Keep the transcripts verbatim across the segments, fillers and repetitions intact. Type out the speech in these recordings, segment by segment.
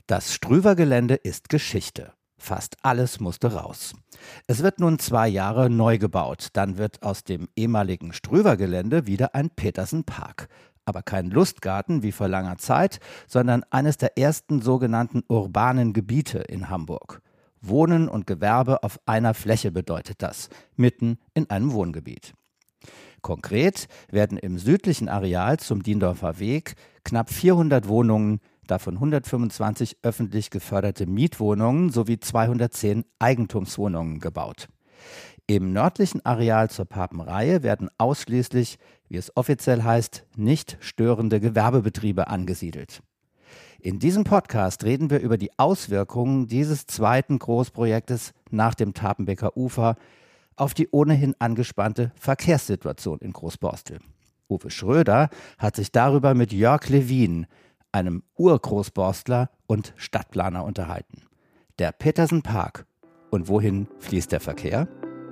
Das Strüwer-Gelände ist Geschichte. Fast alles musste raus. Es wird nun zwei Jahre neu gebaut. Dann wird aus dem ehemaligen Strüwer-Gelände wieder ein Petersen-Park. Aber kein Lustgarten wie vor langer Zeit, sondern eines der ersten sogenannten urbanen Gebiete in Hamburg. Wohnen und Gewerbe auf einer Fläche bedeutet das, mitten in einem Wohngebiet. Konkret werden im südlichen Areal zum Diendorfer Weg knapp vierhundert Wohnungen, davon hundertfünfundzwanzig öffentlich geförderte Mietwohnungen sowie zweihundertzehn Eigentumswohnungen gebaut. Im nördlichen Areal zur Papenreihe werden ausschließlich, wie es offiziell heißt, nicht störende Gewerbebetriebe angesiedelt. In diesem Podcast reden wir über die Auswirkungen dieses zweiten Großprojektes nach dem Tapenbeker Ufer auf die ohnehin angespannte Verkehrssituation in Großborstel. Uwe Schröder hat sich darüber mit Jörg Levin, einem Urgroßborstler und Stadtplaner, unterhalten. Der Petersen-Park. Und wohin fließt der Verkehr?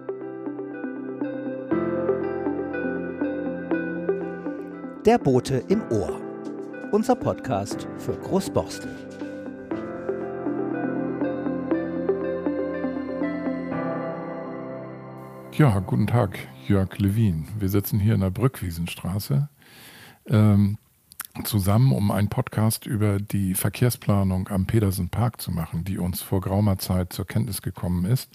Der Bote im Ohr. Unser Podcast für Großborstel. Ja, guten Tag, Jörg Levin. Wir sitzen hier in der Brückwiesenstraße ähm, zusammen, um einen Podcast über die Verkehrsplanung am Petersen-Park zu machen, die uns vor geraumer Zeit zur Kenntnis gekommen ist.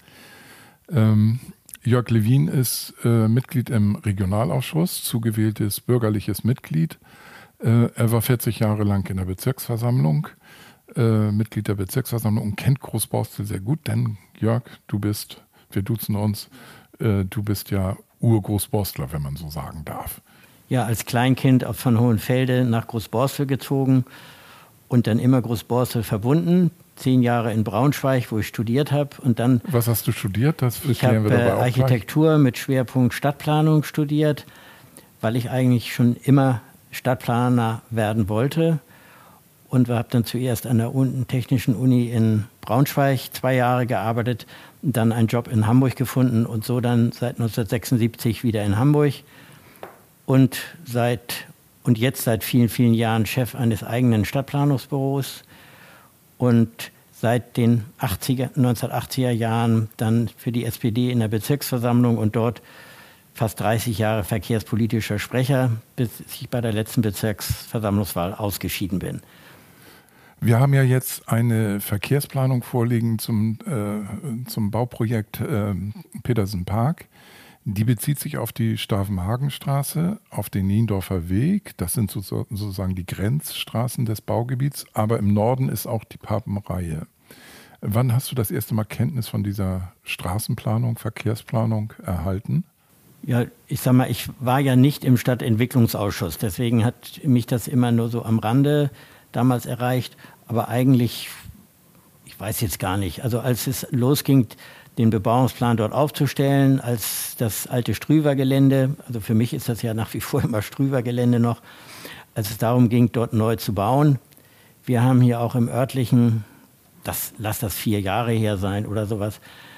Ähm, Jörg Levin ist äh, Mitglied im Regionalausschuss, zugewähltes bürgerliches Mitglied. Äh, er war vierzig Jahre lang in der Bezirksversammlung, äh, Mitglied der Bezirksversammlung und kennt Großborstel sehr gut, denn Jörg, du bist, wir duzen uns, äh, du bist ja Urgroßborstler, wenn man so sagen darf. Ja, als Kleinkind von Hohenfelde nach Großborstel gezogen und dann immer Großborstel verbunden. Zehn Jahre in Braunschweig, wo ich studiert habe. Und dann. Was hast du studiert? Das ich habe äh, Architektur gleich. Mit Schwerpunkt Stadtplanung studiert, weil ich eigentlich schon immer Stadtplaner werden wollte. Und habe dann zuerst an der Technischen Uni in Braunschweig zwei Jahre gearbeitet, dann einen Job in Hamburg gefunden und so dann seit neunzehnhundertsechsundsiebzig wieder in Hamburg. Und, seit, und jetzt seit vielen, vielen Jahren Chef eines eigenen Stadtplanungsbüros und seit den achtziger, neunzehnhundertachtziger Jahren dann für die S P D in der Bezirksversammlung und dort fast dreißig Jahre verkehrspolitischer Sprecher, bis ich bei der letzten Bezirksversammlungswahl ausgeschieden bin. Wir haben ja jetzt eine Verkehrsplanung vorliegen zum, äh, zum Bauprojekt äh, Petersen-Park. Die bezieht sich auf die Stavenhagenstraße, auf den Niendorfer Weg. Das sind sozusagen die Grenzstraßen des Baugebiets. Aber im Norden ist auch die Papenreihe. Wann hast du das erste Mal Kenntnis von dieser Straßenplanung, Verkehrsplanung erhalten? Ja, ich sag mal, ich war ja nicht im Stadtentwicklungsausschuss. Deswegen hat mich das immer nur so am Rande damals erreicht. Aber eigentlich, ich weiß jetzt gar nicht. Also als es losging, den Bebauungsplan dort aufzustellen, als das alte Strüwer-Gelände, also für mich ist das ja nach wie vor immer Strüwer-Gelände noch, als es darum ging, dort neu zu bauen. Wir haben hier auch im örtlichen, das, lass das vier Jahre her sein oder sowas,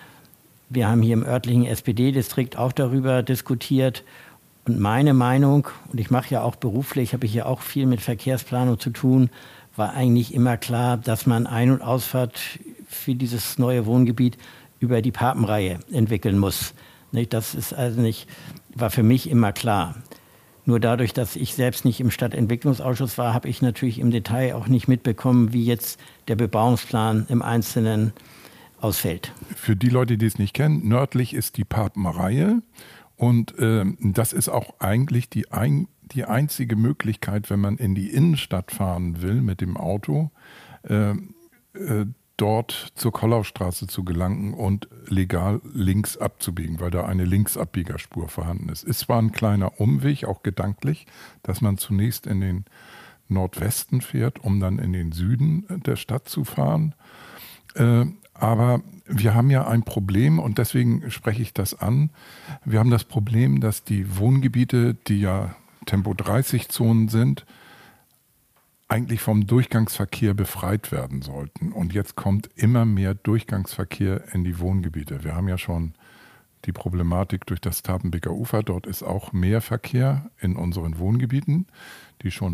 wir haben hier im örtlichen S P D-Distrikt auch darüber diskutiert. Und meine Meinung, und ich mache ja auch beruflich, habe ich ja auch viel mit Verkehrsplanung zu tun, war eigentlich immer klar, dass man Ein- und Ausfahrt für dieses neue Wohngebiet über die Papenreihe entwickeln muss. Das ist also nicht, war für mich immer klar. Nur dadurch, dass ich selbst nicht im Stadtentwicklungsausschuss war, habe ich natürlich im Detail auch nicht mitbekommen, wie jetzt der Bebauungsplan im Einzelnen ausfällt. Für die Leute, die es nicht kennen, nördlich ist die Papenreihe und äh, das ist auch eigentlich die, ein, die einzige Möglichkeit, wenn man in die Innenstadt fahren will mit dem Auto, äh, äh, dort zur Kollaustraße zu gelangen und legal links abzubiegen, weil da eine Linksabbiegerspur vorhanden ist. Ist zwar ein kleiner Umweg, auch gedanklich, dass man zunächst in den Nordwesten fährt, um dann in den Süden der Stadt zu fahren. Äh, aber wir haben ja ein Problem und deswegen spreche ich das an. Wir haben das Problem, dass die Wohngebiete, die ja Tempo dreißig Zonen sind, eigentlich vom Durchgangsverkehr befreit werden sollten. Und jetzt kommt immer mehr Durchgangsverkehr in die Wohngebiete. Wir haben ja schon die Problematik durch das Tapenbeker Ufer. Dort ist auch mehr Verkehr in unseren Wohngebieten, die schon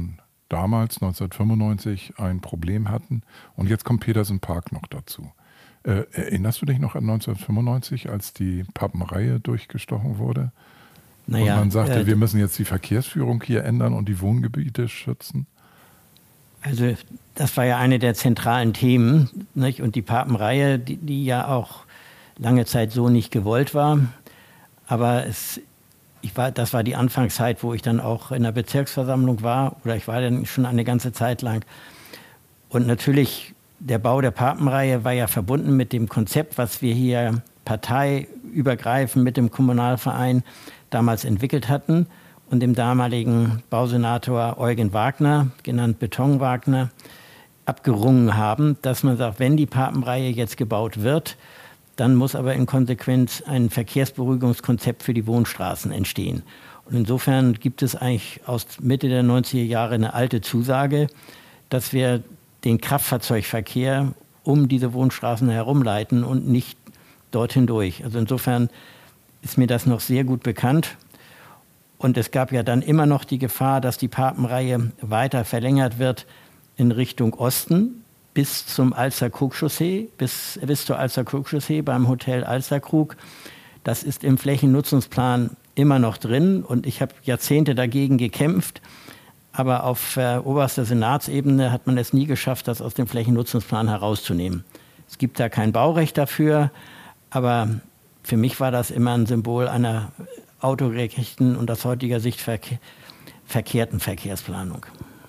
damals neunzehnhundertfünfundneunzig ein Problem hatten. Und jetzt kommt Petersen Park noch dazu. Äh, erinnerst du dich noch an neunzehnhundertfünfundneunzig, als die Papenreihe durchgestochen wurde? Naja, und man sagte, äh, wir müssen jetzt die Verkehrsführung hier ändern und die Wohngebiete schützen? Also das war ja eine der zentralen Themen, nicht? Und die Papenreihe, die, die ja auch lange Zeit so nicht gewollt war. Aber es, ich war, das war die Anfangszeit, wo ich dann auch in der Bezirksversammlung war. Oder ich war dann schon eine ganze Zeit lang. Und natürlich, der Bau der Papenreihe war ja verbunden mit dem Konzept, was wir hier parteiübergreifend mit dem Kommunalverein damals entwickelt hatten und dem damaligen Bausenator Eugen Wagner, genannt Beton Wagner, abgerungen haben, dass man sagt, wenn die Papenreihe jetzt gebaut wird, dann muss aber in Konsequenz ein Verkehrsberuhigungskonzept für die Wohnstraßen entstehen. Und insofern gibt es eigentlich aus Mitte der neunziger Jahre eine alte Zusage, dass wir den Kraftfahrzeugverkehr um diese Wohnstraßen herumleiten und nicht dorthin durch. Also insofern ist mir das noch sehr gut bekannt. Und es gab ja dann immer noch die Gefahr, dass die Papenreihe weiter verlängert wird in Richtung Osten bis zum Alsterkrug-Chaussee, bis, bis zur Alsterkrug-Chaussee beim Hotel Alsterkrug. Das ist im Flächennutzungsplan immer noch drin und ich habe Jahrzehnte dagegen gekämpft. Aber auf äh, oberster Senatsebene hat man es nie geschafft, das aus dem Flächennutzungsplan herauszunehmen. Es gibt da kein Baurecht dafür, aber für mich war das immer ein Symbol einer autogerechten und aus heutiger Sicht verke- verkehrten Verkehrsplanung.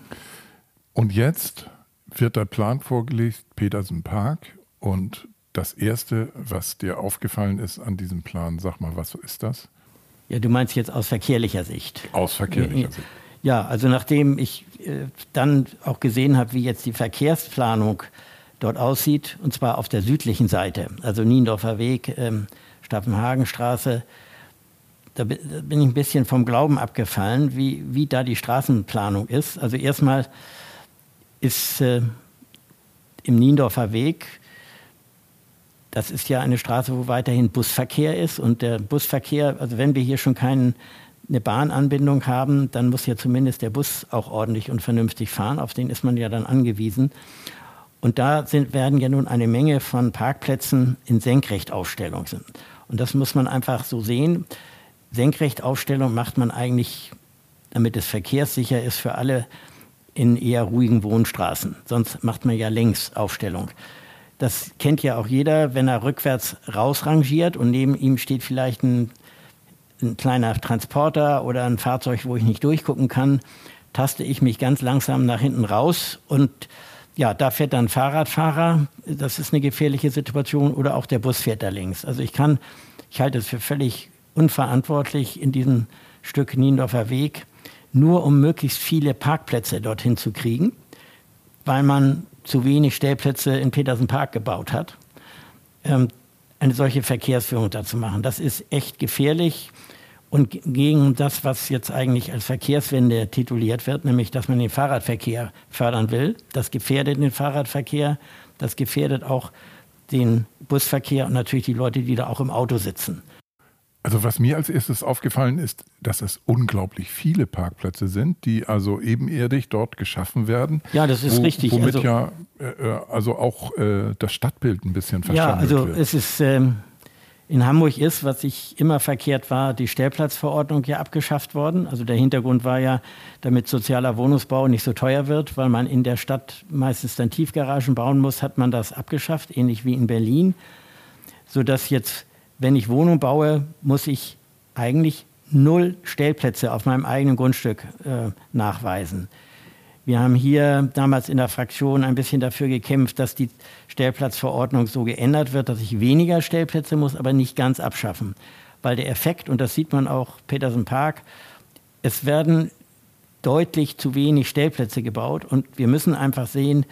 Und jetzt wird der Plan vorgelegt, Petersen Park. Und das Erste, was dir aufgefallen ist an diesem Plan, sag mal, was ist das? Ja, du meinst jetzt aus verkehrlicher Sicht. Aus verkehrlicher Sicht. Ja, also nachdem ich äh, dann auch gesehen habe, wie jetzt die Verkehrsplanung dort aussieht, und zwar auf der südlichen Seite, also Niendorfer Weg, ähm, Staffenhagenstraße, da bin ich ein bisschen vom Glauben abgefallen, wie, wie da die Straßenplanung ist. Also erstmal ist äh, im Niendorfer Weg, das ist ja eine Straße, wo weiterhin Busverkehr ist. Und der Busverkehr, also wenn wir hier schon keine Bahnanbindung haben, dann muss ja zumindest der Bus auch ordentlich und vernünftig fahren. Auf den ist man ja dann angewiesen. Und da sind, werden ja nun eine Menge von Parkplätzen in Senkrechtaufstellung sind. Und das muss man einfach so sehen. Senkrechtaufstellung macht man eigentlich, damit es verkehrssicher ist für alle, in eher ruhigen Wohnstraßen. Sonst macht man ja Längsaufstellung. Das kennt ja auch jeder, wenn er rückwärts rausrangiert und neben ihm steht vielleicht ein, ein kleiner Transporter oder ein Fahrzeug, wo ich nicht durchgucken kann, taste ich mich ganz langsam nach hinten raus und ja, da fährt dann ein Fahrradfahrer, das ist eine gefährliche Situation, oder auch der Bus fährt da links. Also ich kann, ich halte es für völlig unverantwortlich in diesem Stück Niendorfer Weg, nur um möglichst viele Parkplätze dorthin zu kriegen, weil man zu wenig Stellplätze in Petersen Park gebaut hat, ähm, eine solche Verkehrsführung da zu machen. Das ist echt gefährlich und gegen das, was jetzt eigentlich als Verkehrswende tituliert wird, nämlich, dass man den Fahrradverkehr fördern will. Das gefährdet den Fahrradverkehr, das gefährdet auch den Busverkehr und natürlich die Leute, die da auch im Auto sitzen. Also was mir als erstes aufgefallen ist, dass es unglaublich viele Parkplätze sind, die also ebenerdig dort geschaffen werden. Ja, das ist wo, richtig. Womit also, ja äh, also auch äh, das Stadtbild ein bisschen verschandelt ja, also wird. Es ist, ähm, in Hamburg ist, was ich immer verkehrt war, die Stellplatzverordnung ja abgeschafft worden. Also der Hintergrund war ja, damit sozialer Wohnungsbau nicht so teuer wird, weil man in der Stadt meistens dann Tiefgaragen bauen muss, hat man das abgeschafft, ähnlich wie in Berlin, sodass jetzt, wenn ich Wohnung baue, muss ich eigentlich null Stellplätze auf meinem eigenen Grundstück äh, nachweisen. Wir haben hier damals in der Fraktion ein bisschen dafür gekämpft, dass die Stellplatzverordnung so geändert wird, dass ich weniger Stellplätze muss, aber nicht ganz abschaffen. Weil der Effekt, und das sieht man auch Petersen Park, es werden deutlich zu wenig Stellplätze gebaut. Und wir müssen einfach sehen,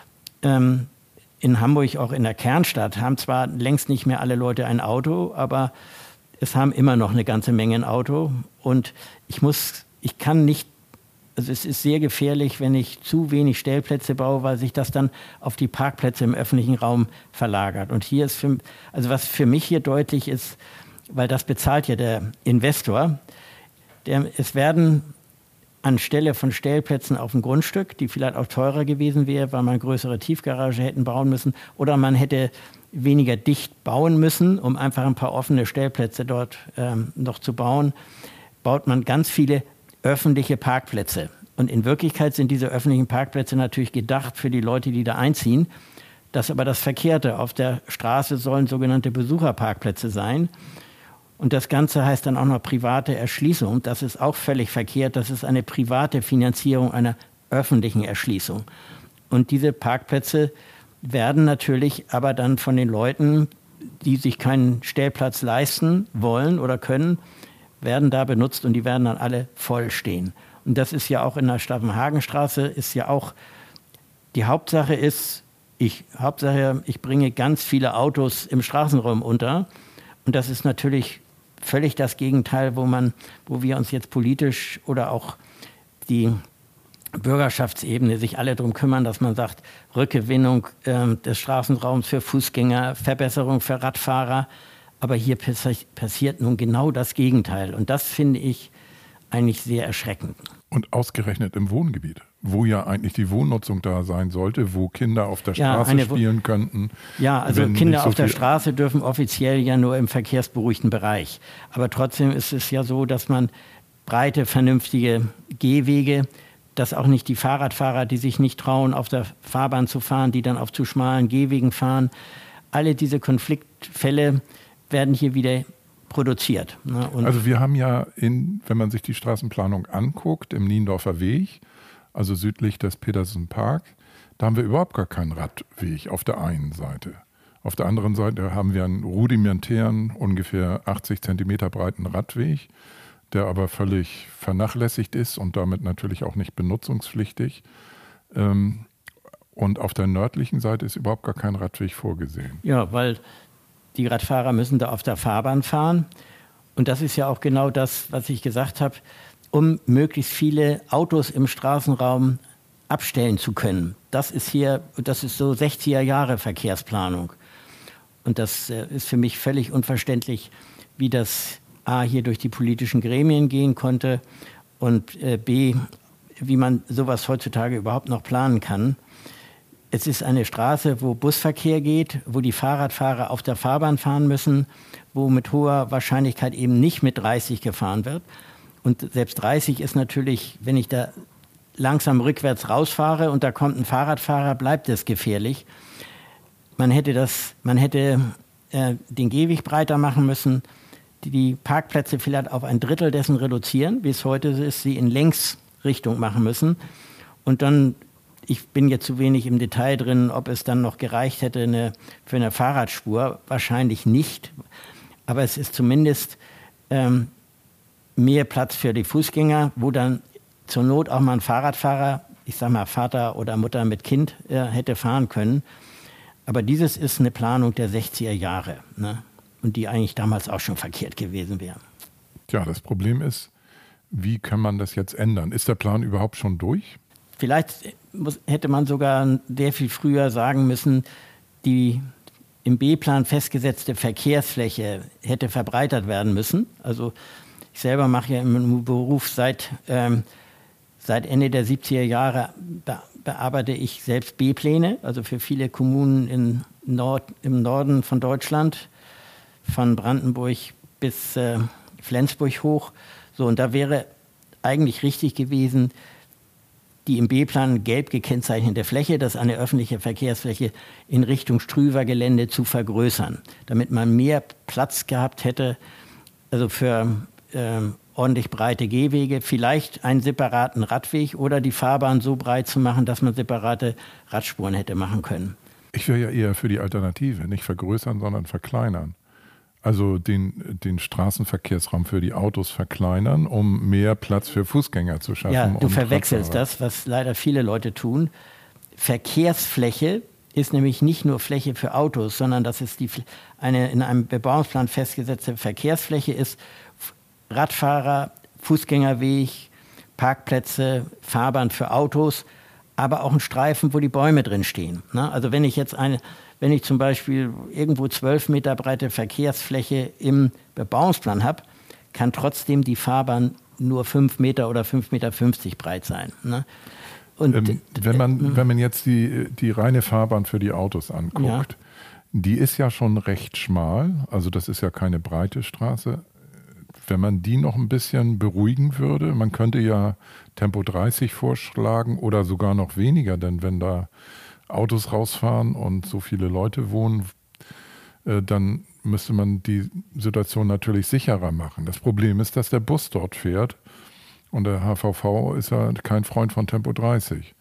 ähm, in Hamburg, auch in der Kernstadt, haben zwar längst nicht mehr alle Leute ein Auto, aber es haben immer noch eine ganze Menge ein Auto. Und ich muss, ich kann nicht, also es ist sehr gefährlich, wenn ich zu wenig Stellplätze baue, weil sich das dann auf die Parkplätze im öffentlichen Raum verlagert. Und hier ist, für, also was für mich hier deutlich ist, weil das bezahlt ja der Investor, der, es werden anstelle von Stellplätzen auf dem Grundstück, die vielleicht auch teurer gewesen wäre, weil man eine größere Tiefgarage hätten bauen müssen, oder man hätte weniger dicht bauen müssen, um einfach ein paar offene Stellplätze dort ähm, noch zu bauen, baut man ganz viele öffentliche Parkplätze. Und in Wirklichkeit sind diese öffentlichen Parkplätze natürlich gedacht für die Leute, die da einziehen. Das ist aber das Verkehrte. Auf der Straße sollen sogenannte Besucherparkplätze sein. Und das Ganze heißt dann auch noch private Erschließung. Das ist auch völlig verkehrt. Das ist eine private Finanzierung einer öffentlichen Erschließung. Und diese Parkplätze werden natürlich aber dann von den Leuten, die sich keinen Stellplatz leisten wollen oder können, werden da benutzt und die werden dann alle voll stehen. Und das ist ja auch in der Staffenhagenstraße, ist ja auch, die Hauptsache ist, ich, Hauptsache, ich bringe ganz viele Autos im Straßenraum unter. Und das ist natürlich völlig das Gegenteil, wo man, wo wir uns jetzt politisch oder auch die Bürgerschaftsebene sich alle darum kümmern, dass man sagt, Rückgewinnung äh, des Straßenraums für Fußgänger, Verbesserung für Radfahrer. Aber hier passi- passiert nun genau das Gegenteil. Und das finde ich eigentlich sehr erschreckend. Und ausgerechnet im Wohngebiet, wo ja eigentlich die Wohnnutzung da sein sollte, wo Kinder auf der Ja, Straße eine, spielen könnten. Ja, also wenn Kinder nicht so auf der viel- Straße dürfen offiziell ja nur im verkehrsberuhigten Bereich. Aber trotzdem ist es ja so, dass man breite, vernünftige Gehwege, dass auch nicht die Fahrradfahrer, die sich nicht trauen, auf der Fahrbahn zu fahren, die dann auf zu schmalen Gehwegen fahren, alle diese Konfliktfälle werden hier wieder produziert. Ne? Und Also wir haben ja, in, wenn man sich die Straßenplanung anguckt, im Niendorfer Weg, also südlich des Petersen Park, da haben wir überhaupt gar keinen Radweg auf der einen Seite. Auf der anderen Seite haben wir einen rudimentären, ungefähr achtzig Zentimeter breiten Radweg, der aber völlig vernachlässigt ist und damit natürlich auch nicht benutzungspflichtig. Und auf der nördlichen Seite ist überhaupt gar kein Radweg vorgesehen. Ja, weil die Radfahrer müssen da auf der Fahrbahn fahren. Und das ist ja auch genau das, was ich gesagt habe, um möglichst viele Autos im Straßenraum abstellen zu können. Das ist hier, das ist so sechziger Jahre Verkehrsplanung. Und das äh, ist für mich völlig unverständlich, wie das A, hier durch die politischen Gremien gehen konnte und äh, B, wie man sowas heutzutage überhaupt noch planen kann. Es ist eine Straße, wo Busverkehr geht, wo die Fahrradfahrer auf der Fahrbahn fahren müssen, wo mit hoher Wahrscheinlichkeit eben nicht mit dreißig gefahren wird. Und selbst dreißig ist natürlich, wenn ich da langsam rückwärts rausfahre und da kommt ein Fahrradfahrer, bleibt es gefährlich. Man hätte, das, man hätte äh, den Gehweg breiter machen müssen, die, die Parkplätze vielleicht auf ein Drittel dessen reduzieren, wie es heute ist, sie in Längsrichtung machen müssen. Und dann, ich bin jetzt zu wenig im Detail drin, ob es dann noch gereicht hätte eine, für eine Fahrradspur. Wahrscheinlich nicht. Aber es ist zumindest ähm, mehr Platz für die Fußgänger, wo dann zur Not auch mal ein Fahrradfahrer, ich sag mal Vater oder Mutter mit Kind, äh, hätte fahren können. Aber dieses ist eine Planung der sechziger Jahre, ne? Und die eigentlich damals auch schon verkehrt gewesen wäre. Tja, das Problem ist, wie kann man das jetzt ändern? Ist der Plan überhaupt schon durch? Vielleicht muss, hätte man sogar sehr viel früher sagen müssen, die im B-Plan festgesetzte Verkehrsfläche hätte verbreitert werden müssen. Also ich selber mache ja im Beruf seit, ähm, seit Ende der siebziger Jahre be- bearbeite ich selbst B-Pläne, also für viele Kommunen in Nord, im Norden von Deutschland, von Brandenburg bis äh, Flensburg hoch. So, und da wäre eigentlich richtig gewesen, die im B-Plan gelb gekennzeichnete Fläche, das ist eine öffentliche Verkehrsfläche, in Richtung Strüwer-Gelände zu vergrößern, damit man mehr Platz gehabt hätte, also für ähm, ordentlich breite Gehwege, vielleicht einen separaten Radweg oder die Fahrbahn so breit zu machen, dass man separate Radspuren hätte machen können. Ich wäre ja eher für die Alternative, nicht vergrößern, sondern verkleinern. Also den, den Straßenverkehrsraum für die Autos verkleinern, um mehr Platz für Fußgänger zu schaffen. Ja, du und verwechselst Radfahrer. das, was leider viele Leute tun. Verkehrsfläche ist nämlich nicht nur Fläche für Autos, sondern das ist die, eine in einem Bebauungsplan festgesetzte Verkehrsfläche ist Radfahrer, Fußgängerweg, Parkplätze, Fahrbahn für Autos, aber auch ein Streifen, wo die Bäume drin stehen. Ne? Also wenn ich jetzt eine, wenn ich zum Beispiel irgendwo zwölf Meter breite Verkehrsfläche im Bebauungsplan habe, kann trotzdem die Fahrbahn nur fünf Meter oder fünf Meter fünfzig breit sein. Ne? Und ähm, wenn man, wenn man jetzt die, die reine Fahrbahn für die Autos anguckt, ja. die ist ja schon recht schmal, also das ist ja keine breite Straße. Wenn man die noch ein bisschen beruhigen würde, man könnte ja Tempo dreißig vorschlagen oder sogar noch weniger, denn wenn da Autos rausfahren und so viele Leute wohnen, äh, dann müsste man die Situation natürlich sicherer machen. Das Problem ist, dass der Bus dort fährt und der H V V ist ja kein Freund von Tempo dreißig.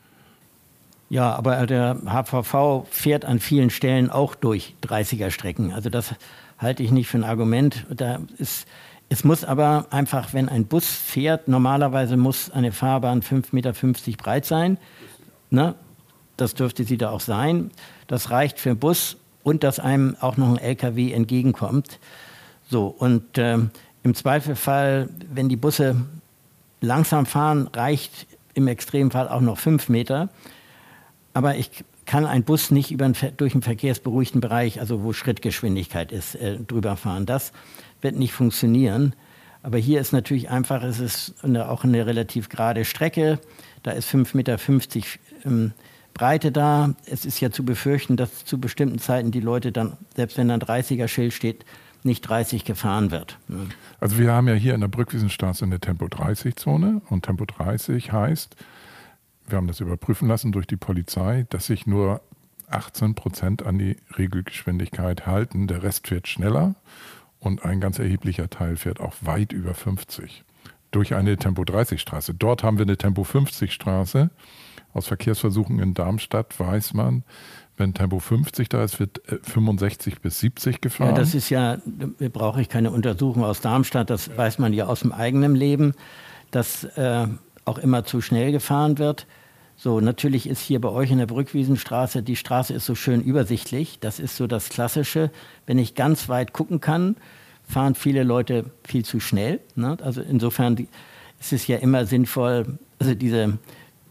Ja, aber der H V V fährt an vielen Stellen auch durch dreißiger Strecken. Also das halte ich nicht für ein Argument. Da ist, es muss aber einfach, wenn ein Bus fährt, normalerweise muss eine Fahrbahn fünf Meter fünfzig breit sein. Ne? Das dürfte sie da auch sein. Das reicht für einen Bus und dass einem auch noch ein L K W entgegenkommt. So, und äh, im Zweifelfall, wenn die Busse langsam fahren, reicht im Extremfall auch noch fünf Meter. Aber ich kann einen Bus nicht über einen, durch einen verkehrsberuhigten Bereich, also wo Schrittgeschwindigkeit ist, äh, drüber fahren. Das wird nicht funktionieren. Aber hier ist natürlich einfach, es ist eine, auch eine relativ gerade Strecke. Da ist fünf Meter fünfzig ähm, Breite da. Es ist ja zu befürchten, dass zu bestimmten Zeiten die Leute dann, selbst wenn da ein dreißiger-Schild steht, nicht dreißig gefahren wird. Also wir haben ja hier in der Brückwiesenstraße eine Tempo dreißig Zone und Tempo dreißig heißt, wir haben das überprüfen lassen durch die Polizei, dass sich nur achtzehn Prozent an die Regelgeschwindigkeit halten. Der Rest fährt schneller und ein ganz erheblicher Teil fährt auch weit über fünfzig. Durch eine Tempo dreißig Straße. Dort haben wir eine Tempo fünfzig Straße. Aus Verkehrsversuchen in Darmstadt weiß man, wenn Tempo fünfzig da ist, wird fünfundsechzig bis siebzig gefahren. Ja, das ist ja, da brauche ich keine Untersuchung aus Darmstadt, das weiß man ja aus dem eigenen Leben, dass äh, auch immer zu schnell gefahren wird. So, natürlich ist hier bei euch in der Brückwiesenstraße, die Straße ist so schön übersichtlich, das ist so das Klassische. Wenn ich ganz weit gucken kann, fahren viele Leute viel zu schnell. Ne? Also insofern die, ist es ja immer sinnvoll, also diese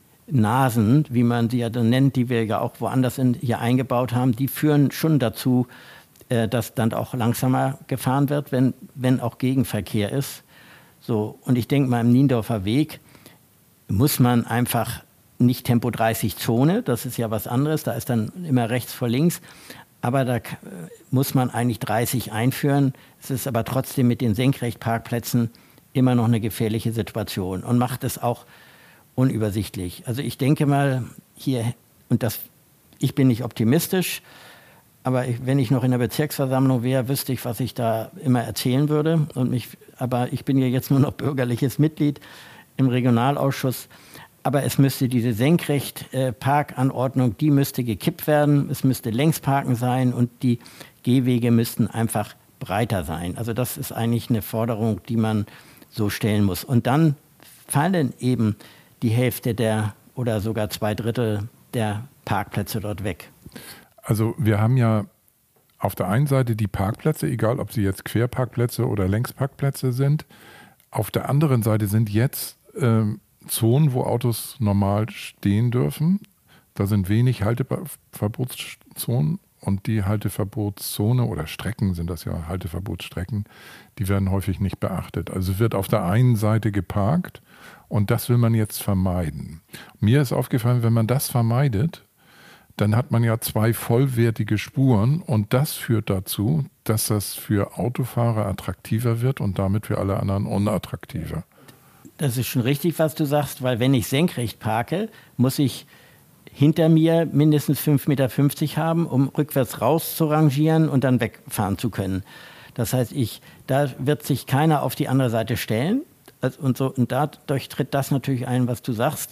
Nasen, wie man sie ja dann nennt, die wir ja auch woanders in, hier eingebaut haben, die führen schon dazu, äh, dass dann auch langsamer gefahren wird, wenn, wenn auch Gegenverkehr ist. So, und ich denke mal, im Niendorfer Weg muss man einfach nicht Tempo dreißig Zone, das ist ja was anderes, da ist dann immer rechts vor links, aber da k- muss man eigentlich dreißig einführen. Es ist aber trotzdem mit den Senkrechtparkplätzen immer noch eine gefährliche Situation und macht es auch unübersichtlich. Also ich denke mal hier, und das, ich bin nicht optimistisch, aber ich, wenn ich noch in der Bezirksversammlung wäre, wüsste ich, was ich da immer erzählen würde. Und mich, aber ich bin ja jetzt nur noch bürgerliches Mitglied im Regionalausschuss. Aber es müsste diese Senkrecht-Parkanordnung, die müsste gekippt werden. Es müsste Längsparken sein und die Gehwege müssten einfach breiter sein. Also das ist eigentlich eine Forderung, die man so stellen muss. Und dann fallen eben die Hälfte der oder sogar zwei Drittel der Parkplätze dort weg. Also wir haben ja auf der einen Seite die Parkplätze, egal ob sie jetzt Querparkplätze oder Längsparkplätze sind. Auf der anderen Seite sind jetzt ähm, Zonen, wo Autos normal stehen dürfen. Da sind wenig Halteverbotszonen und die Halteverbotszone oder Strecken sind das ja, Halteverbotsstrecken, die werden häufig nicht beachtet. Also wird auf der einen Seite geparkt und das will man jetzt vermeiden. Mir ist aufgefallen, wenn man das vermeidet, dann hat man ja zwei vollwertige Spuren und das führt dazu, dass das für Autofahrer attraktiver wird und damit für alle anderen unattraktiver. Das ist schon richtig, was du sagst, weil wenn ich senkrecht parke, muss ich hinter mir mindestens fünf Meter fünfzig haben, um rückwärts raus zu rangieren und dann wegfahren zu können. Das heißt, ich, da wird sich keiner auf die andere Seite stellen. Und, so, und dadurch tritt das natürlich ein, was du sagst.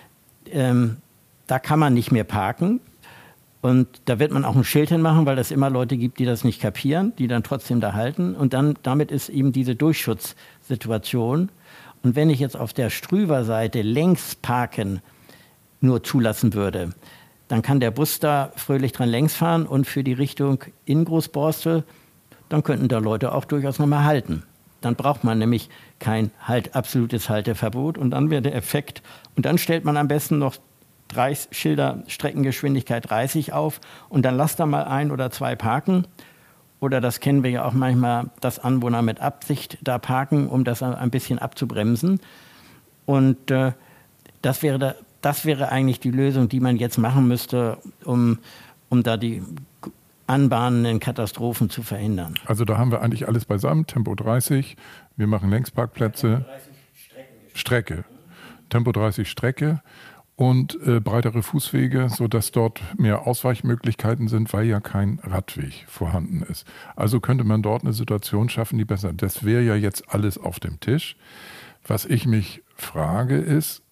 Ähm, da kann man nicht mehr parken. Und da wird man auch ein Schild hinmachen, weil es immer Leute gibt, die das nicht kapieren, die dann trotzdem da halten. Und dann damit ist eben diese Durchschutzsituation. Und wenn ich jetzt auf der Strüver-Seite längs parken nur zulassen würde, dann kann der Bus da fröhlich dran längs fahren und für die Richtung in Großborstel, dann könnten da Leute auch durchaus nochmal halten. Dann braucht man nämlich kein halt, absolutes Halteverbot und dann wäre der Effekt. Und dann stellt man am besten noch drei Schilder Streckengeschwindigkeit dreißig auf und dann lasst da mal ein oder zwei parken oder das kennen wir ja auch manchmal, dass Anwohner mit Absicht da parken, um das ein bisschen abzubremsen. Und äh, das wäre da, das wäre eigentlich die Lösung, die man jetzt machen müsste, um, um da die anbahnenden Katastrophen zu verhindern. Also da haben wir eigentlich alles beisammen. Tempo dreißig, wir machen Längsparkplätze, Strecke. Tempo dreißig Strecke und äh, breitere Fußwege, sodass dort mehr Ausweichmöglichkeiten sind, weil ja kein Radweg vorhanden ist. Also könnte man dort eine Situation schaffen, die besser. Das wäre ja jetzt alles auf dem Tisch. Was ich mich frage ist,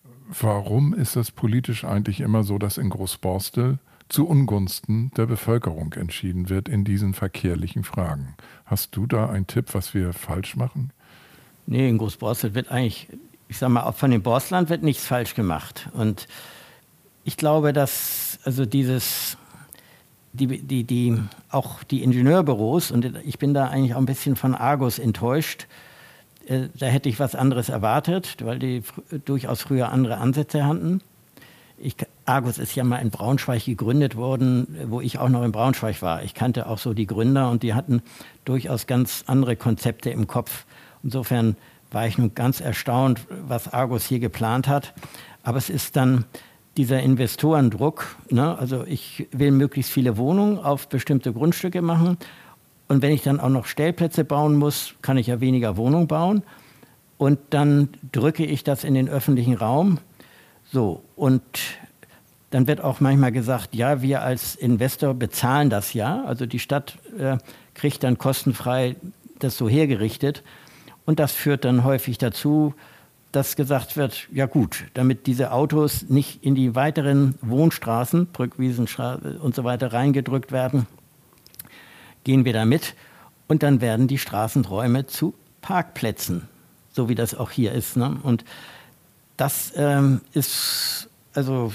warum ist das politisch eigentlich immer so, dass in Großborstel zu Ungunsten der Bevölkerung entschieden wird in diesen verkehrlichen Fragen? Hast du da einen Tipp, was wir falsch machen? Nee, in Großborstel wird eigentlich, ich sag mal, auch von dem Borsland wird nichts falsch gemacht. Und ich glaube, dass also dieses, die, die, die, auch die Ingenieurbüros, und ich bin da eigentlich auch ein bisschen von Argus enttäuscht, äh, da hätte ich was anderes erwartet, weil die fr- durchaus früher andere Ansätze hatten. Ich, Argus ist ja mal in Braunschweig gegründet worden, wo ich auch noch in Braunschweig war. Ich kannte auch so die Gründer und die hatten durchaus ganz andere Konzepte im Kopf. Insofern war ich nun ganz erstaunt, was Argus hier geplant hat. Aber es ist dann dieser Investorendruck, ne? Also ich will möglichst viele Wohnungen auf bestimmte Grundstücke machen. Und wenn ich dann auch noch Stellplätze bauen muss, kann ich ja weniger Wohnungen bauen. Und dann drücke ich das in den öffentlichen Raum. So, und dann wird auch manchmal gesagt, ja, wir als Investor bezahlen das ja. Also die Stadt äh, kriegt dann kostenfrei das so hergerichtet. Und das führt dann häufig dazu, dass gesagt wird, ja gut, damit diese Autos nicht in die weiteren Wohnstraßen, Brückwiesenstraße und so weiter reingedrückt werden, gehen wir da mit. Und dann werden die Straßenräume zu Parkplätzen, so wie das auch hier ist. Ne? Und das ähm, ist, also,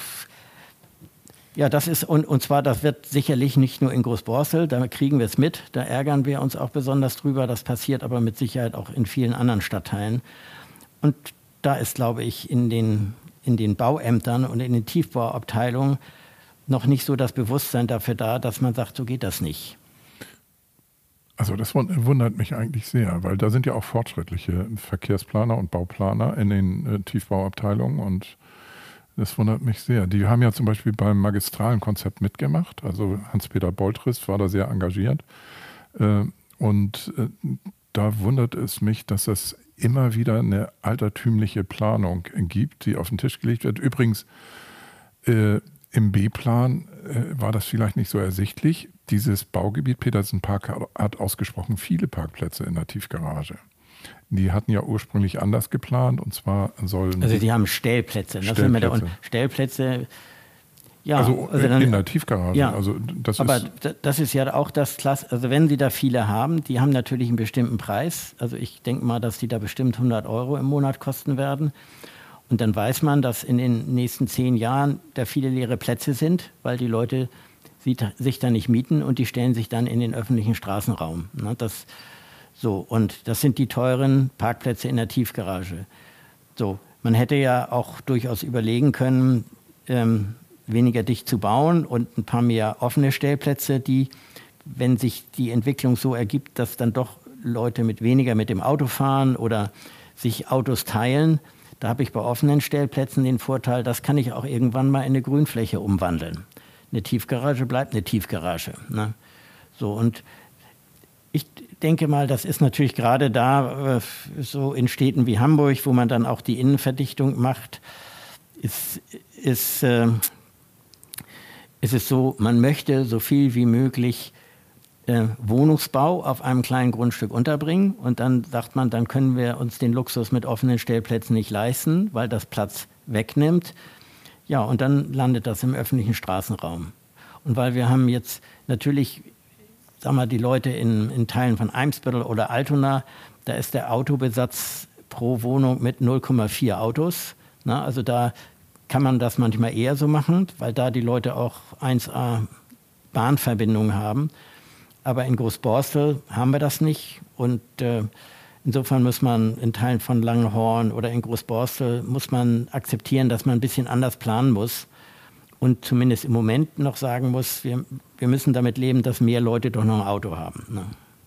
ja, das ist, und, und zwar, das wird sicherlich nicht nur in Großborstel, da kriegen wir es mit, da ärgern wir uns auch besonders drüber, das passiert aber mit Sicherheit auch in vielen anderen Stadtteilen. Und da ist, glaube ich, in den, in den Bauämtern und in den Tiefbauabteilungen noch nicht so das Bewusstsein dafür da, dass man sagt, so geht das nicht. Also das wundert mich eigentlich sehr, weil da sind ja auch fortschrittliche Verkehrsplaner und Bauplaner in den äh, Tiefbauabteilungen und das wundert mich sehr. Die haben ja zum Beispiel beim magistralen Konzept mitgemacht, also Hans-Peter Boltris war da sehr engagiert äh, und äh, da wundert es mich, dass es immer wieder eine altertümliche Planung gibt, die auf den Tisch gelegt wird. Übrigens, äh, im B-Plan äh, war das vielleicht nicht so ersichtlich. Dieses Baugebiet Petersen-Park hat ausgesprochen viele Parkplätze in der Tiefgarage. Die hatten ja ursprünglich anders geplant und zwar sollen... Also die haben Stellplätze. Das sind Stellplätze. Und Stellplätze, ja. Also, also dann, in der Tiefgarage. Ja, also das aber ist, das ist ja auch das Klasse, also wenn Sie da viele haben, die haben natürlich einen bestimmten Preis. Also ich denke mal, dass die da bestimmt hundert Euro im Monat kosten werden. Und dann weiß man, dass in den nächsten zehn Jahren da viele leere Plätze sind, weil die Leute sich da nicht mieten und die stellen sich dann in den öffentlichen Straßenraum. Ne, das, so, und das sind die teuren Parkplätze in der Tiefgarage. So, man hätte ja auch durchaus überlegen können, ähm, weniger dicht zu bauen und ein paar mehr offene Stellplätze, die, wenn sich die Entwicklung so ergibt, dass dann doch Leute mit weniger mit dem Auto fahren oder sich Autos teilen, da habe ich bei offenen Stellplätzen den Vorteil, das kann ich auch irgendwann mal in eine Grünfläche umwandeln. Eine Tiefgarage bleibt eine Tiefgarage. Ne? So, und ich denke mal, das ist natürlich gerade da, äh, so in Städten wie Hamburg, wo man dann auch die Innenverdichtung macht, ist, ist, äh, ist es so, man möchte so viel wie möglich äh, Wohnungsbau auf einem kleinen Grundstück unterbringen und dann sagt man, dann können wir uns den Luxus mit offenen Stellplätzen nicht leisten, weil das Platz wegnimmt. Ja, und dann landet das im öffentlichen Straßenraum. Und weil wir haben jetzt natürlich, sagen wir, die Leute in, in Teilen von Eimsbüttel oder Altona, da ist der Autobesatz pro Wohnung mit null Komma vier Autos. Na, also da kann man das manchmal eher so machen, weil da die Leute auch eins A Bahnverbindungen haben. Aber in Großborstel haben wir das nicht. Und äh, insofern muss man in Teilen von Langenhorn oder in Großborstel muss man akzeptieren, dass man ein bisschen anders planen muss. und zumindest im Moment noch sagen muss, wir, wir müssen damit leben, dass mehr Leute doch noch ein Auto haben. Ne?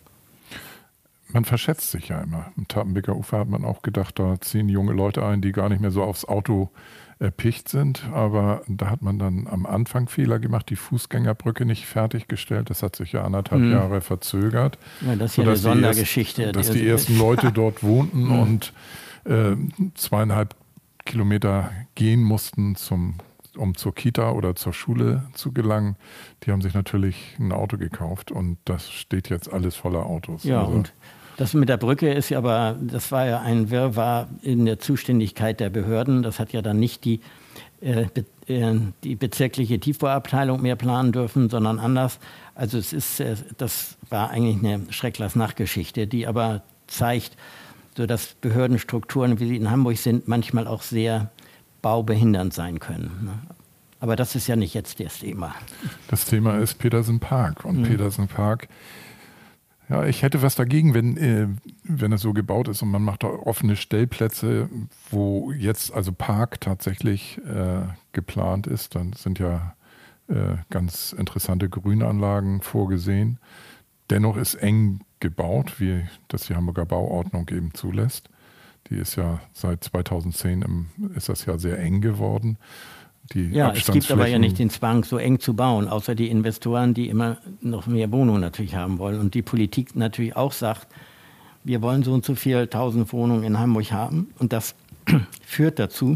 Man verschätzt sich ja immer. Im Tapenbeker Ufer hat man auch gedacht, da ziehen junge Leute ein, die gar nicht mehr so aufs Auto erpicht sind. Aber da hat man dann am Anfang Fehler gemacht, die Fußgängerbrücke nicht fertiggestellt. Das hat sich ja anderthalb mhm. Jahre verzögert. Ja, das ist ja eine Sondergeschichte. Die erst, dass die ersten Leute dort wohnten mhm. und äh, zweieinhalb Kilometer gehen mussten, zum, um zur Kita oder zur Schule zu gelangen. Die haben sich natürlich ein Auto gekauft und das steht jetzt alles voller Autos. Ja, also, und das mit der Brücke ist ja aber, das war ja ein Wirrwarr in der Zuständigkeit der Behörden. Das hat ja dann nicht die, äh, be, äh, die bezirkliche Tiefbauabteilung mehr planen dürfen, sondern anders. Also es ist, äh, das war eigentlich eine Schrecklas-Nachgeschichte, die aber zeigt, so dass Behördenstrukturen, wie sie in Hamburg sind, manchmal auch sehr baubehindernd sein können. Ne? Aber das ist ja nicht jetzt das Thema. Das Thema ist Petersen Park und mhm. Petersen Park. Ja, ich hätte was dagegen, wenn, äh, wenn es so gebaut ist und man macht da offene Stellplätze, wo jetzt also Park tatsächlich äh, geplant ist. Dann sind ja äh, ganz interessante Grünanlagen vorgesehen. Dennoch ist eng gebaut, wie das die Hamburger Bauordnung eben zulässt. Die ist ja seit zweitausendzehn im, ist das ja sehr eng geworden. Die ja, es gibt aber ja nicht den Zwang, so eng zu bauen, außer die Investoren, die immer noch mehr Wohnungen natürlich haben wollen. Und die Politik natürlich auch sagt, wir wollen so und so viele tausend Wohnungen in Hamburg haben. Und das führt dazu,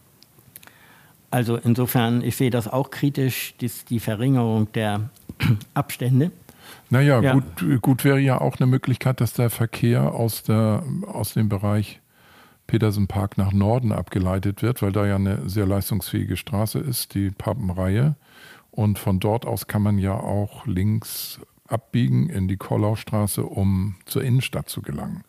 also insofern, ich sehe das auch kritisch, die, die Verringerung der Abstände. Naja, ja. gut, gut wäre ja auch eine Möglichkeit, dass der Verkehr aus, der, aus dem Bereich Petersen Park nach Norden abgeleitet wird, weil da ja eine sehr leistungsfähige Straße ist, die Papenreihe. Und von dort aus kann man ja auch links abbiegen in die Kollaustraße, um zur Innenstadt zu gelangen.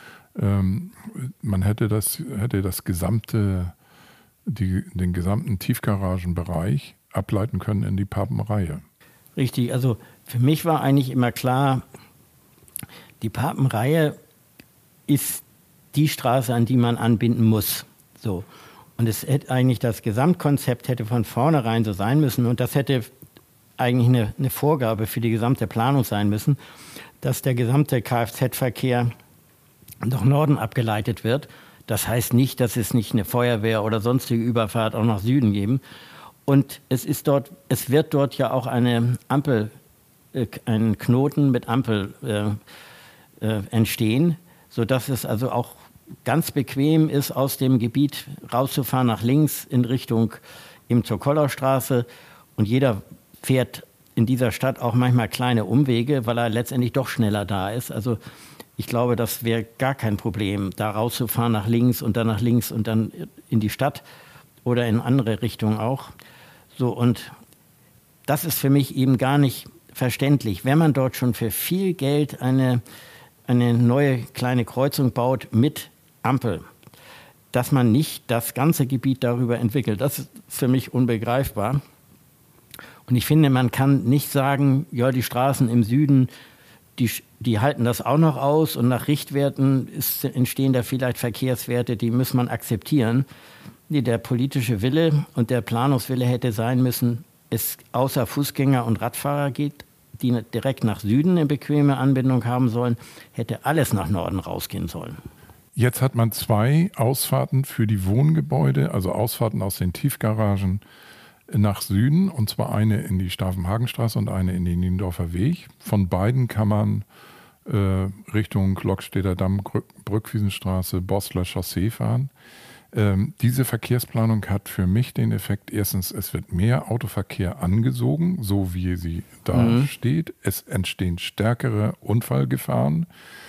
Ähm, man hätte das, hätte das gesamte, die, den gesamten Tiefgaragenbereich ableiten können in die Papenreihe. Richtig, also für mich war eigentlich immer klar, die Papenreihe ist die Straße, an die man anbinden muss. So. Und es hätte eigentlich, das Gesamtkonzept hätte von vornherein so sein müssen und das hätte eigentlich eine, eine Vorgabe für die gesamte Planung sein müssen, dass der gesamte Kfz-Verkehr nach Norden abgeleitet wird. Das heißt nicht, dass es nicht eine Feuerwehr oder sonstige Überfahrt auch nach Süden geben. Und es ist dort, es wird dort ja auch eine Ampel, äh, ein Knoten mit Ampel äh, äh, entstehen, sodass es also auch ganz bequem ist, aus dem Gebiet rauszufahren nach links in Richtung eben zur Kollaustraße. Und jeder fährt in dieser Stadt auch manchmal kleine Umwege, weil er letztendlich doch schneller da ist. Also ich glaube, das wäre gar kein Problem, da rauszufahren nach links und dann nach links und dann in die Stadt oder in andere Richtungen auch. So, und das ist für mich eben gar nicht verständlich. Wenn man dort schon für viel Geld eine eine neue kleine Kreuzung baut mit Ampel, dass man nicht das ganze Gebiet darüber entwickelt. Das ist für mich unbegreifbar. Und ich finde, man kann nicht sagen, ja, die Straßen im Süden, die, die halten das auch noch aus und nach Richtwerten ist, entstehen da vielleicht Verkehrswerte, die muss man akzeptieren. Nee, der politische Wille und der Planungswille hätte sein müssen, es außer Fußgänger und Radfahrer geht, die direkt nach Süden eine bequeme Anbindung haben sollen, hätte alles nach Norden rausgehen sollen. Jetzt hat man zwei Ausfahrten für die Wohngebäude, also Ausfahrten aus den Tiefgaragen nach Süden, und zwar eine in die Stavenhagenstraße und eine in den Niendorfer Weg. Von beiden kann man äh, Richtung Lockstedter Damm, Brückwiesenstraße, Bosler Chaussee fahren. Ähm, diese Verkehrsplanung hat für mich den Effekt, erstens, es wird mehr Autoverkehr angesogen, so wie sie da mhm. steht. Es entstehen stärkere Unfallgefahren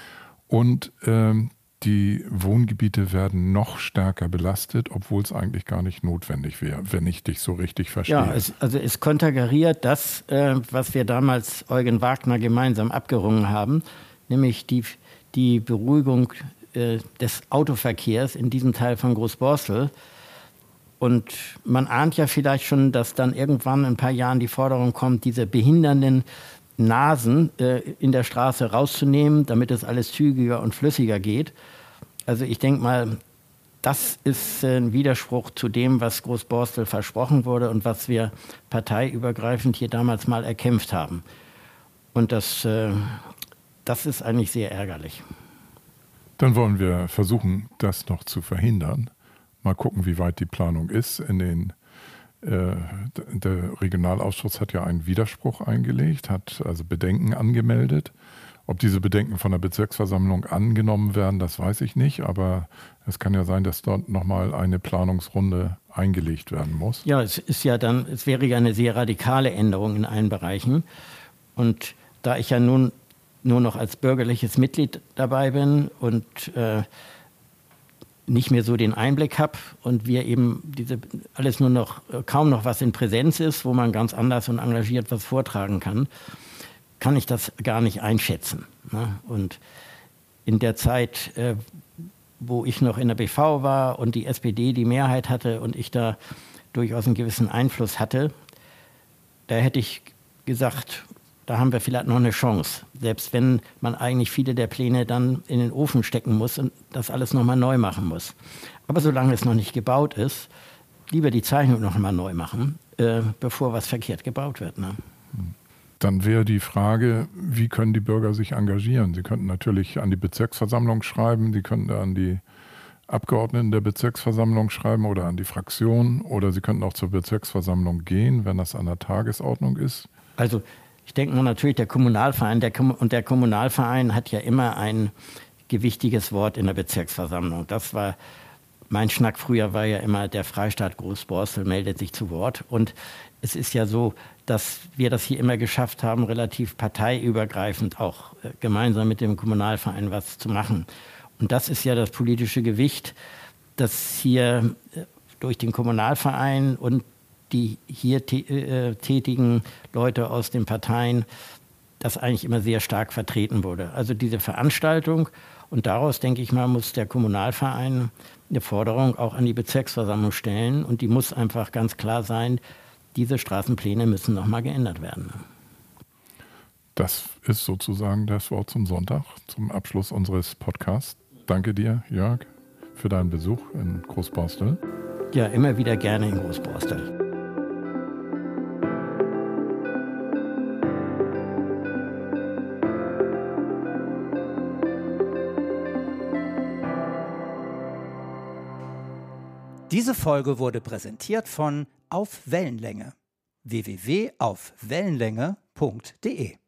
und ähm, die Wohngebiete werden noch stärker belastet, obwohl es eigentlich gar nicht notwendig wäre, wenn ich dich so richtig verstehe. Ja, es, also es konterkariert das, äh, was wir damals Eugen Wagner gemeinsam abgerungen haben, nämlich die, die Beruhigung äh, des Autoverkehrs in diesem Teil von Großborstel. Und man ahnt ja vielleicht schon, dass dann irgendwann in ein paar Jahren die Forderung kommt, diese behindernden Nasen äh, in der Straße rauszunehmen, damit es alles zügiger und flüssiger geht. Also ich denke mal, das ist ein Widerspruch zu dem, was Großborstel versprochen wurde und was wir parteiübergreifend hier damals mal erkämpft haben. Und das, äh, das ist eigentlich sehr ärgerlich. Dann wollen wir versuchen, das noch zu verhindern. Mal gucken, wie weit die Planung ist. In den, äh, der Regionalausschuss hat ja einen Widerspruch eingelegt, hat also Bedenken angemeldet. Ob diese Bedenken von der Bezirksversammlung angenommen werden, das weiß ich nicht. Aber es kann ja sein, dass dort nochmal eine Planungsrunde eingelegt werden muss. Ja, es ist ja dann, es wäre ja eine sehr radikale Änderung in allen Bereichen. Und da ich ja nun nur noch als bürgerliches Mitglied dabei bin und äh, nicht mehr so den Einblick habe und wir eben diese alles nur noch äh, kaum noch was in Präsenz ist, wo man ganz anders und engagiert was vortragen kann, kann ich das gar nicht einschätzen. Ne? Und in der Zeit, äh, wo ich noch in der B V war und die S P D die Mehrheit hatte und ich da durchaus einen gewissen Einfluss hatte, da hätte ich gesagt, da haben wir vielleicht noch eine Chance. Selbst wenn man eigentlich viele der Pläne dann in den Ofen stecken muss und das alles nochmal neu machen muss. Aber solange es noch nicht gebaut ist, lieber die Zeichnung nochmal neu machen, äh, bevor was verkehrt gebaut wird. Ne? Dann wäre die Frage, wie können die Bürger sich engagieren? Sie könnten natürlich an die Bezirksversammlung schreiben, sie könnten an die Abgeordneten der Bezirksversammlung schreiben oder an die Fraktion oder sie könnten auch zur Bezirksversammlung gehen, wenn das an der Tagesordnung ist. Also ich denke mal natürlich, der Kommunalverein der Kom- und der Kommunalverein hat ja immer ein gewichtiges Wort in der Bezirksversammlung. Das war mein Schnack früher, war ja immer, der Freistaat Großborstel meldet sich zu Wort. Und es ist ja so, dass wir das hier immer geschafft haben, relativ parteiübergreifend auch äh, gemeinsam mit dem Kommunalverein was zu machen. Und das ist ja das politische Gewicht, das hier äh, durch den Kommunalverein und die hier äh, tätigen Leute aus den Parteien, das eigentlich immer sehr stark vertreten wurde. Also diese Veranstaltung, und daraus, denke ich mal, muss der Kommunalverein eine Forderung auch an die Bezirksversammlung stellen und die muss einfach ganz klar sein, diese Straßenpläne müssen nochmal geändert werden. Das ist sozusagen das Wort zum Sonntag, zum Abschluss unseres Podcasts. Danke dir, Jörg, für deinen Besuch in Großborstel. Ja, immer wieder gerne in Großborstel. Diese Folge wurde präsentiert von Auf Wellenlänge. w w w punkt auf wellenlänge punkt de